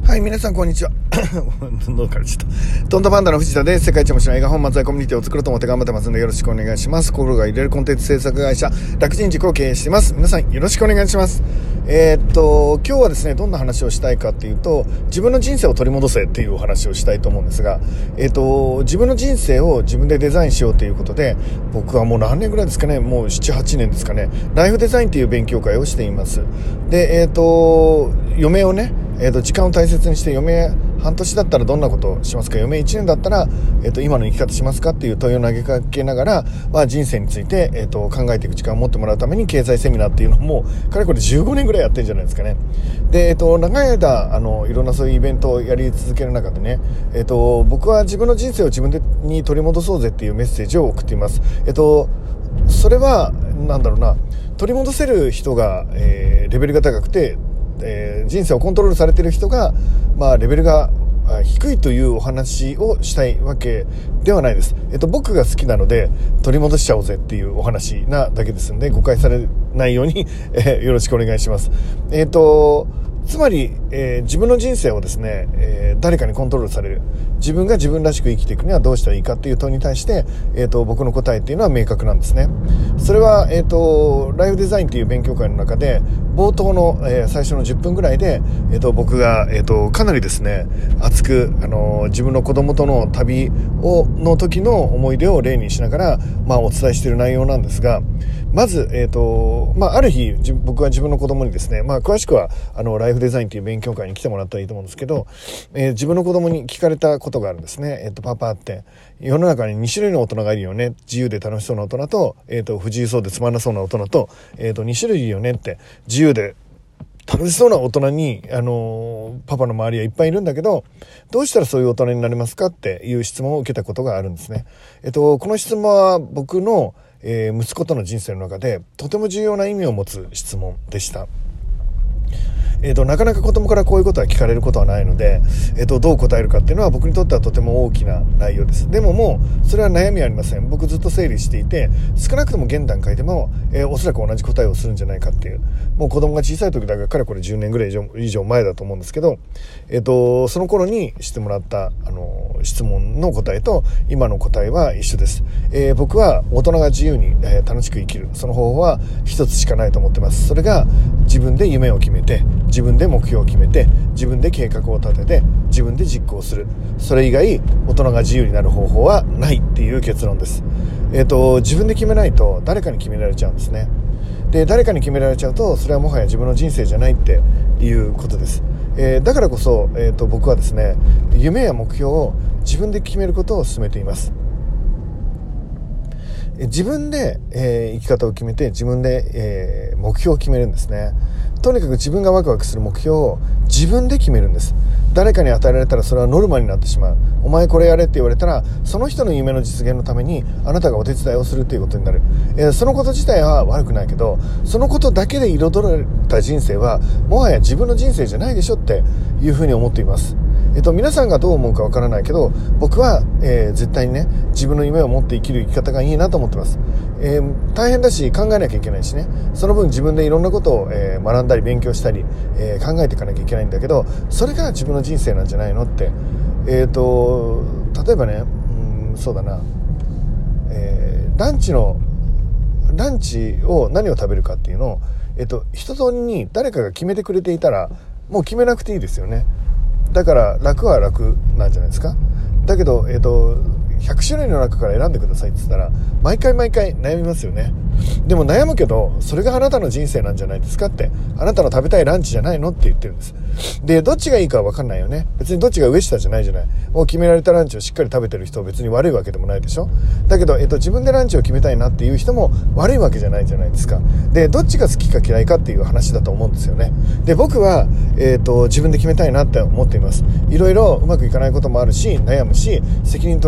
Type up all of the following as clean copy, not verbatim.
はい、皆さんこんにちは。どうからちょっとトントパンダの藤田です。世界一面白い映画本漫才コミュニティを作ろうと思って頑張ってますのでよろしくお願いします。心が入れるコンテンツ制作会社楽人塾を経営しています。皆さんよろしくお願いします。今日はですね、どんな話をしたいかっていうと、自分の人生を取り戻せっていうお話をしたいと思うんですが、自分の人生を自分でデザインしようということで、僕はもう何年ぐらいですかね、もう7、8年ですかね、ライフデザインっていう勉強会をしています。で、余命をね、時間を大切にして、余命半年だったらどんなことをしますか、余命1年だったら、今の生き方しますかっていう問いを投げかけながら、人生について、考えていく時間を持ってもらうために経済セミナーっていうのもかれこれ15年ぐらいやってるんじゃないですかね。で、長い間いろんなそういうイベントをやり続ける中でね、僕は自分の人生を自分に取り戻そうぜっていうメッセージを送っています。それは取り戻せる人が、レベルが高くて、人生をコントロールされている人が、レベルが低いというお話をしたいわけではないです。僕が好きなので取り戻しちゃおうぜっていうお話なだけですので、誤解されないように、よろしくお願いします。つまり、自分の人生をですね、誰かにコントロールされる、自分が自分らしく生きていくにはどうしたらいいかっていう問いに対して、僕の答えっていうのは明確なんですね。それは、ライフデザインっていう勉強会の中で冒頭の、最初の10分ぐらいで、僕が、かなりですね熱く、自分の子供との旅の時の思い出を例にしながら、お伝えしている内容なんですが、まず、ある日僕は自分の子供にですね、詳しくはライフデザインという勉強会に来てもらったらいいと思うんですけど、自分の子供に聞かれたことがあるんですね。パパって世の中に2種類の大人がいるよね。自由で楽しそうな大人と、不自由そうでつまんなそうな大人と、2種類いるよねって。自由で楽しそうな大人に、パパの周りはいっぱいいるんだけど、どうしたらそういう大人になれますかっていう質問を受けたことがあるんですね。この質問は僕の息子との人生の中でとても重要な意味を持つ質問でした。なかなか子供からこういうことは聞かれることはないので、どう答えるかっていうのは僕にとってはとても大きな内容です。でももうそれは悩みはありません。僕ずっと整理していて、少なくとも現段階でも、おそらく同じ答えをするんじゃないかっていう、もう子供が小さい時だからかれこれ10年ぐらい以上前だと思うんですけど、その頃にしてもらった質問の答えと今の答えは一緒です。僕は大人が自由に、楽しく生きる、その方法は一つしかないと思ってます。それが自分で夢を決めて、自分で目標を決めて、自分で計画を立てて、自分で実行する。それ以外大人が自由になる方法はないっていう結論です。自分で決めないと誰かに決められちゃうんですね。で、誰かに決められちゃうとそれはもはや自分の人生じゃないっていうことです。だからこそ、僕はですね、夢や目標を自分で決めることを勧めています。自分で、生き方を決めて、自分で、目標を決めるんですね。とにかく自分がワクワクする目標を自分で決めるんです。誰かに与えられたらそれはノルマになってしまう。お前これやれって言われたら、その人の夢の実現のためにあなたがお手伝いをするということになる。そのこと自体は悪くないけど、そのことだけで彩られた人生はもはや自分の人生じゃないでしょっていうふうに思っています。皆さんがどう思うかわからないけど、僕は、絶対にね、自分の夢を持って生きる生き方がいいなと思ってます。大変だし考えなきゃいけないしね、その分自分でいろんなことを、学んだり勉強したり、考えていかなきゃいけないんだけど、それが自分の人生なんじゃないのって。例えばね、そうだな、ランチを何を食べるかっていうのを、一通りに誰かが決めてくれていたらもう決めなくていいですよね。だから楽は楽なんじゃないですか。だけど、100種類の中から選んでくださいって言ったら毎回悩みますよね。でも悩むけど、それがあなたの人生なんじゃないですかって、あなたの食べたいランチじゃないのって言ってるんです。で、どっちがいいかは分かんないよね。別にどっちが上下じゃないじゃない。もう決められたランチをしっかり食べてる人は別に悪いわけでもないでしょ。だけど、自分でランチを決めたいなっていう人も悪いわけじゃないじゃないですか。で、どっちが好きか嫌いかっていう話だと思うんですよね。で、僕は、自分で決めたいなって思っています。いろいろうまくいかないこともあるし、悩むし、責任取らされる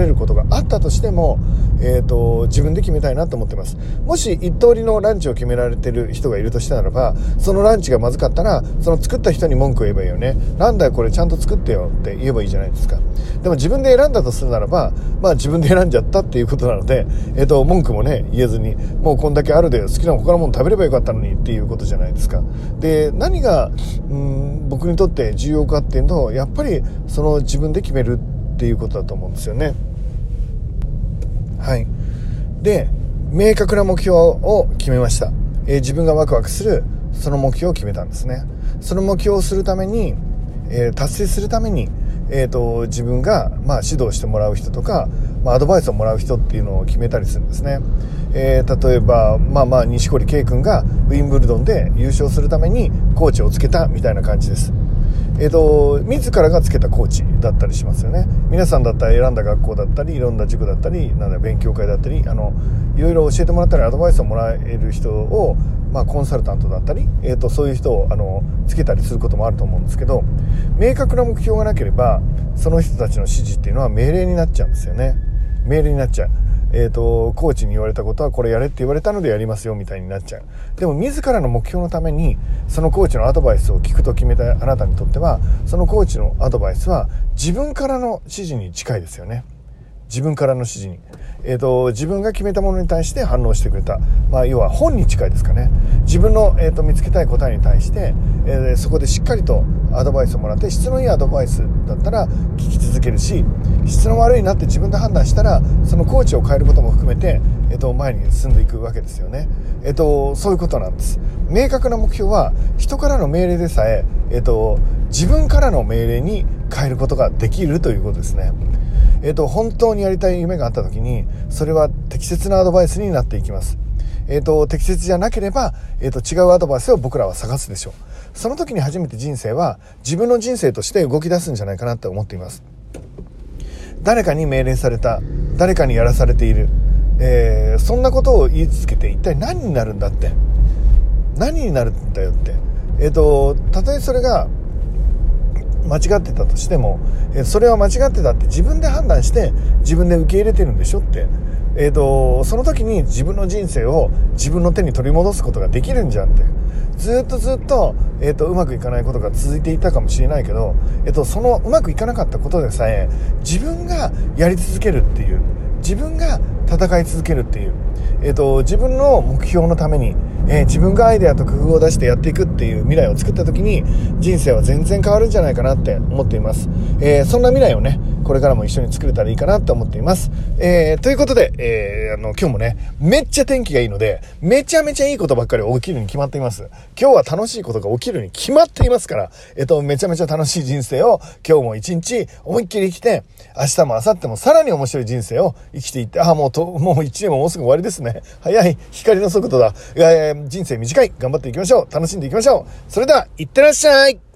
ることがあったとしても、自分で決めたいなと思ってます。もし一通りのランチを決められてる人がいるとしたならば、そのランチがまずかったらその作った人に文句を言えばいいよね。なんだよこれちゃんと作ってよって言えばいいじゃないですか。でも自分で選んだとするならば、自分で選んじゃったっていうことなので、文句もね言えずに、もうこんだけあるで好きな他のもの食べればよかったのにっていうことじゃないですか。で、何が僕にとって重要かっていうと、やっぱりその自分で決めるっていうことだと思うんですよね。はい。で、明確な目標を決めました。自分がワクワクするその目標を決めたんですね。その目標をするために、達成するために、自分が、指導してもらう人とか、アドバイスをもらう人っていうのを決めたりするんですね。例えば、錦織圭君がウィンブルドンで優勝するためにコーチをつけたみたいな感じです。自らがつけたコーチだったりしますよね。皆さんだったら選んだ学校だったり、いろんな塾だったり、勉強会だったり、いろいろ教えてもらったりアドバイスをもらえる人を、コンサルタントだったり、そういう人をつけたりすることもあると思うんですけど、明確な目標がなければその人たちの指示っていうのは命令になっちゃうんですよね。命令になっちゃう。コーチに言われたことはこれやれって言われたのでやりますよみたいになっちゃう。でも自らの目標のためにそのコーチのアドバイスを聞くと決めたあなたにとっては、そのコーチのアドバイスは自分からの指示に近いですよね。自分からの指示に、自分が決めたものに対して反応してくれた、要は本に近いですかね。自分の、見つけたい答えに対して、そこでしっかりとアドバイスをもらって、質のいいアドバイスだったら聞き続けるし、質の悪いなって自分で判断したらそのコーチを変えることも含めて、前に進んでいくわけですよね。そういうことなんです。明確な目標は人からの命令でさえ、自分からの命令に変えることができるということですね。本当にやりたい夢があった時に、それは適切なアドバイスになっていきます。適切じゃなければ、違うアドバイスを僕らは探すでしょう。その時に初めて人生は自分の人生として動き出すんじゃないかなって思っています。誰かに命令された、誰かにやらされている、そんなことを言い続けて一体何になるんだって、何になるんだよって、たとえそれが間違ってたとしても、それは間違ってたって自分で判断して自分で受け入れてるんでしょって、その時に自分の人生を自分の手に取り戻すことができるんじゃんって。ずっと、うまくいかないことが続いていたかもしれないけど、そのうまくいかなかったことでさえ自分がやり続けるっていう、自分が戦い続けるっていう、自分の目標のために、自分がアイデアと工夫を出してやっていくっていう未来を作った時に人生は全然変わるんじゃないかなって思っています。そんな未来をね、これからも一緒に作れたらいいかなって思っています。ということで、今日もね、めっちゃ天気がいいので、めちゃめちゃいいことばっかり起きるに決まっています。今日は楽しいことが起きるに決まっていますから、めちゃめちゃ楽しい人生を今日も一日思いっきり生きて、明日も明後日もさらに面白い人生を生きていって、もう一年ももうすぐ終わりですね。早い、光の速度だ。人生短い。頑張っていきましょう。楽しんでいきましょう。それでは、いってらっしゃい。